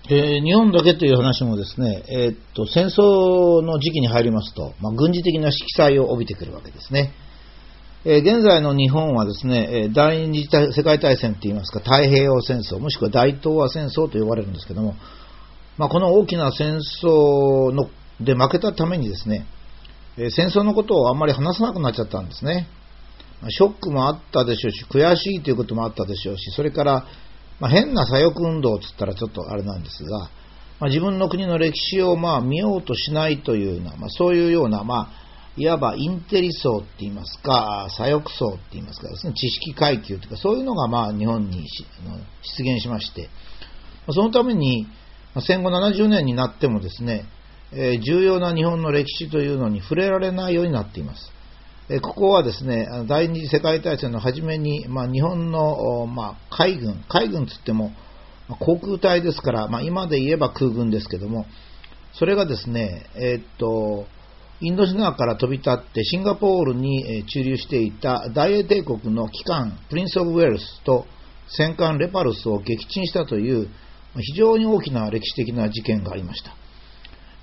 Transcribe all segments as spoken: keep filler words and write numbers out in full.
えー、日本だけという話もですね、えー、っと戦争の時期に入りますと、まあ、軍事的な色彩を帯びてくるわけですね。えー、現在の日本はですね、第二次世界大戦といいますか、太平洋戦争もしくは大東亜戦争と呼ばれるんですけども、まあ、この大きな戦争ので負けたためにですね、えー、戦争のことをあんまり話さなくなっちゃったんですね。まあ、ショックもあったでしょうし、悔しいということもあったでしょうし、それからまあ、変な左翼運動といったらちょっとあれなんですが、まあ、自分の国の歴史をまあ見ようとしないというような、まあ、そういうような、まあ、いわばインテリ層って言いますか、左翼層って言いますかですね、知識階級というか、そういうのがまあ日本に出現しまして、そのために戦後ななじゅうねんになってもですね、えー、重要な日本の歴史というのに触れられないようになっています。ここはですね、第二次世界大戦の初めに、まあ、日本の、まあ、海軍、海軍つっても、まあ、航空隊ですから、まあ、今で言えば空軍ですけども、それがですね、えー、っと、インドシナから飛び立ってシンガポールに駐留していた大英帝国の機関、プリンス・オブ・ウェールズと戦艦レパルスを撃沈したという非常に大きな歴史的な事件がありました。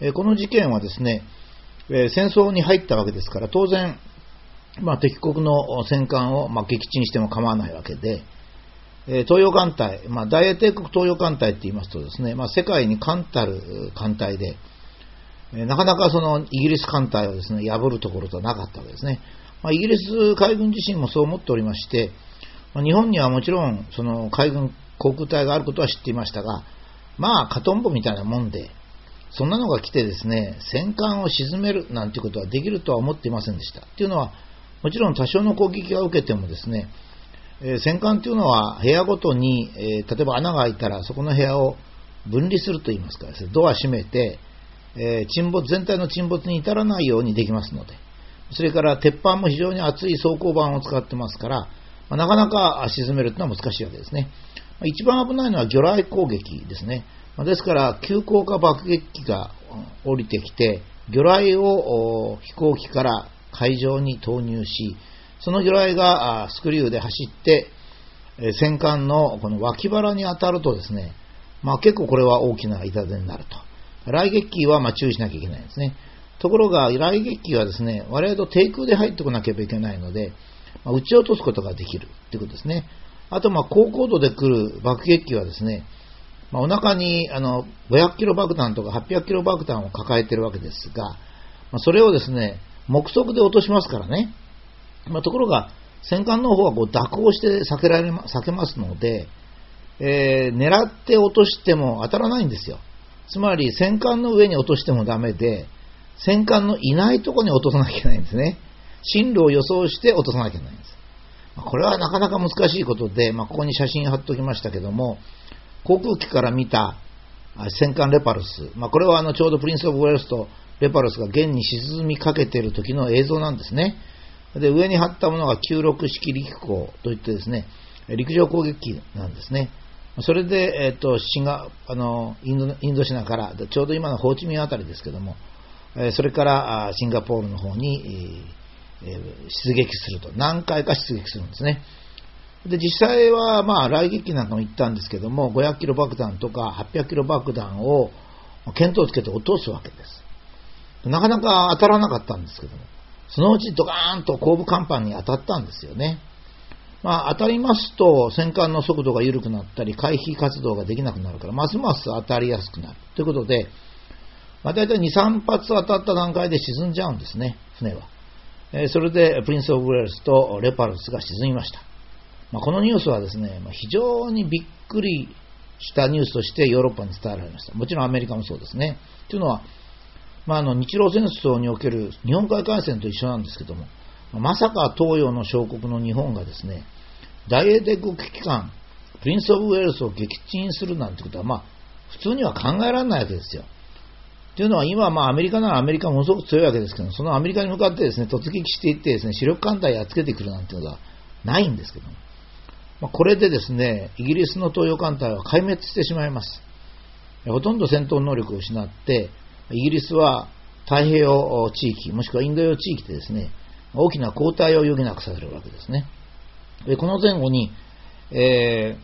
この事件はですね、戦争に入ったわけですから、当然、まあ、敵国の戦艦をまあ撃沈しても構わないわけで、えー、東洋艦隊、まあ、大英帝国東洋艦隊って言いますとですね、まあ、世界に冠たる艦隊で、えー、なかなかそのイギリス艦隊をですね破るところとはなかったわけですね。まあ、イギリス海軍自身もそう思っておりまして、まあ、日本にはもちろんその海軍航空隊があることは知っていましたが、まあカトンボみたいなもんで、そんなのが来てですね、戦艦を沈めるなんていうことはできるとは思っていませんでした。っていうのは、もちろん多少の攻撃が受けてもですね、えー、戦艦というのは部屋ごとに、えー、例えば穴が開いたらそこの部屋を分離するといいますかですね、ドア閉めて、えー、沈没全体の沈没に至らないようにできますので、それから鉄板も非常に厚い装甲板を使ってますから、まあ、なかなか沈めるというのは難しいわけですね。まあ、一番危ないのは魚雷攻撃ですね。まあ、ですから急降下爆撃機が降りてきて魚雷を飛行機から海上に投入し、その魚雷がスクリューで走って戦艦のこの脇腹に当たるとですね、まあ、結構これは大きな痛手になると。雷撃機はまあ注意しなきゃいけないんですね。ところが雷撃機はですね、我々と低空で入ってこなければいけないので、まあ、撃ち落とすことができるということですね。あとまあ高高度で来る爆撃機はですね、まあ、お腹にあのごひゃくキロ爆弾とかはっぴゃくキロ爆弾を抱えているわけですが、まあ、それをですね目測で落としますからね。まあ、ところが戦艦の方はこう蛇行して避けられま、避けますので、えー、狙って落としても当たらないんですよ。つまり戦艦の上に落としてもダメで、戦艦のいないところに落とさなきゃいけないんですね。進路を予想して落とさなきゃいけないんです。まあ、これはなかなか難しいことで、まあ、ここに写真貼っておきましたけども、航空機から見た戦艦レパルス、まあ、これはあのちょうどプリンス・オブ・ウェールズとレパルスが現に沈みかけている時の映像なんですね。で、上に貼ったものがきゅうじゅうろく式陸攻といってですね、陸上攻撃機なんですね。それで、えっと、シンガあのインド、インドシナからちょうど今のホーチミンあたりですけども、それからシンガポールの方に、えー、出撃すると、何回か出撃するんですね。で、実際はまあ雷撃機なんかも行ったんですけども、ごひゃくキロ爆弾とかはっぴゃくキロ爆弾を見当をつけて落とすわけです。なかなか当たらなかったんですけども、そのうちドカーンと後部甲板に当たったんですよね。まあ、当たりますと戦艦の速度が緩くなったり回避活動ができなくなるから、ますます当たりやすくなるということで、まあ、大体に、さん発当たった段階で沈んじゃうんですね、船は。えー、それでプリンス・オブ・ウェールズとレパルスが沈みました。まあ、このニュースはですね、まあ、非常にびっくりしたニュースとしてヨーロッパに伝えられました。もちろんアメリカもそうですね。というのは、まあ、あの日露戦争における日本海海戦と一緒なんですけども、まさか東洋の小国の日本がですね、大英帝国機関プリンス・オブ・ウェールズを撃沈するなんてことは、まあ、普通には考えられないわけですよ。というのは今、まあ、アメリカならアメリカものすごく強いわけですけど、そのアメリカに向かってですね、突撃していってですね、主力艦隊やっつけてくるなんてことはないんですけども、まあ、これでですね、イギリスの東洋艦隊は壊滅してしまいます。ほとんど戦闘能力を失って、イギリスは太平洋地域、もしくはインド洋地域でですね、大きな後退を余儀なくさせるわけですね。でこの前後に、えー、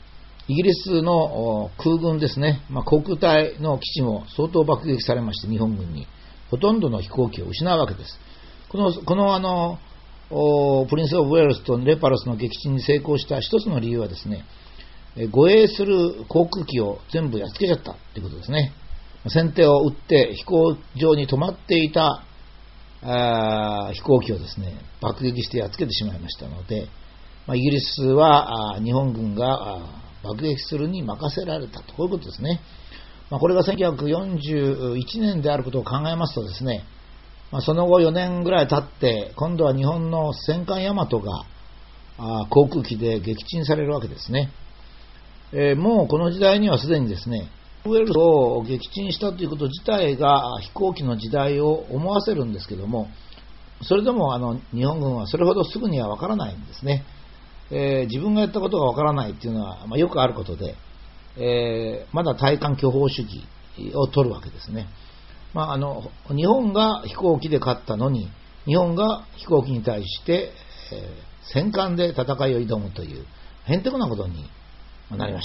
イギリスの空軍ですね、まあ、航空隊の基地も相当爆撃されまして、日本軍にほとんどの飛行機を失うわけです。この、このあの、プリンス・オブ・ウェールズとレパルスの撃沈に成功した一つの理由はですね、護衛する航空機を全部やっつけちゃったということですね。先手を撃って飛行場に止まっていたあ飛行機をですね、爆撃してやっつけてしまいましたので、まあ、イギリスは日本軍が爆撃するに任せられたと、こういうことですね。まあ、これがせんきゅうひゃくよんじゅういちねんであることを考えますとですね、まあ、その後よねんぐらい経って、今度は日本の戦艦大和があ航空機で撃沈されるわけですね。えー、もうこの時代にはすでにですね、ウェルズを撃沈したということ自体が飛行機の時代を思わせるんですけども、それでもあの日本軍はそれほどすぐにはわからないんですね。えー、自分がやったことがわからないというのは、まあ、よくあることで、えー、まだ対艦巨砲主義を取るわけですね。まあ、あの日本が飛行機で勝ったのに、日本が飛行機に対して、えー、戦艦で戦いを挑むというへんてこなことになりました。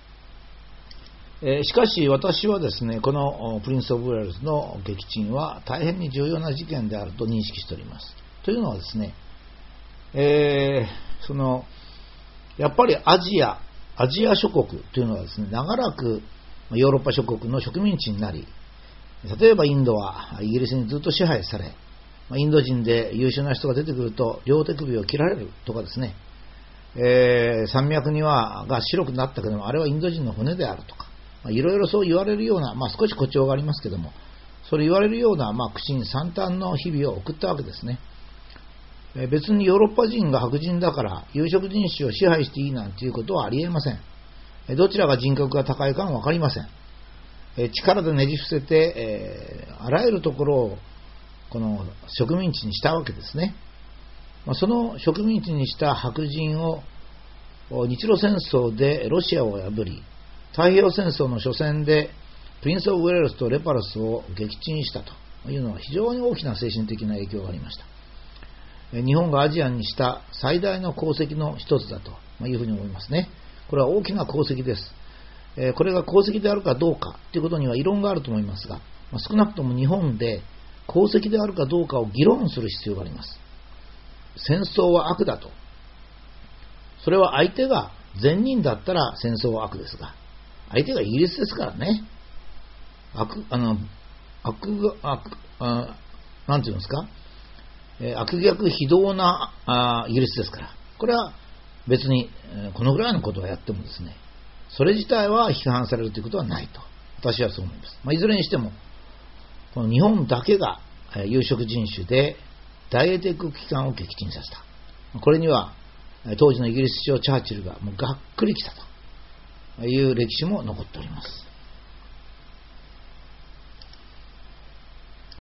えー、しかし私はですね、このプリンス・オブ・ウェールズの撃沈は大変に重要な事件であると認識しております。というのはですね、えー、そのやっぱりアジア、アジア諸国というのはですね、長らくヨーロッパ諸国の植民地になり、例えばインドはイギリスにずっと支配され、インド人で優秀な人が出てくると両手首を切られるとかですね、えー、山脈にはが白くなったけども、あれはインド人の骨であるとか、いろいろそう言われるような、まあ、少し誇張がありますけども、それ言われるような、まあ、苦心惨憺の日々を送ったわけですね。えー、別にヨーロッパ人が白人だから有色人種を支配していいなんていうことはありえません。えー、どちらが人格が高いかも分かりません。えー、力でねじ伏せて、えー、あらゆるところをこの植民地にしたわけですね。まあ、その植民地にした白人を日露戦争でロシアを破り、太平洋戦争の初戦でプリンス・オブ・ウェールズとレパルスを撃沈したというのは非常に大きな精神的な影響がありました。日本がアジアにした最大の功績の一つだというふうに思いますね。これは大きな功績です。これが功績であるかどうかということには異論があると思いますが、少なくとも日本で功績であるかどうかを議論する必要があります。戦争は悪だと。それは相手が善人だったら戦争は悪ですが、相手がイギリスですからね。悪、あの、悪が、悪、あなんていうんですか、えー、悪逆非道なあイギリスですから、これは別に、えー、このぐらいのことをやってもですね、それ自体は批判されるということはないと、私はそう思います。まあ、いずれにしても、この日本だけが、えー、有色人種で大英帝国機関を撃沈させた。これには、当時のイギリス首相チャーチルがもうがっくりきたという歴史も残っております。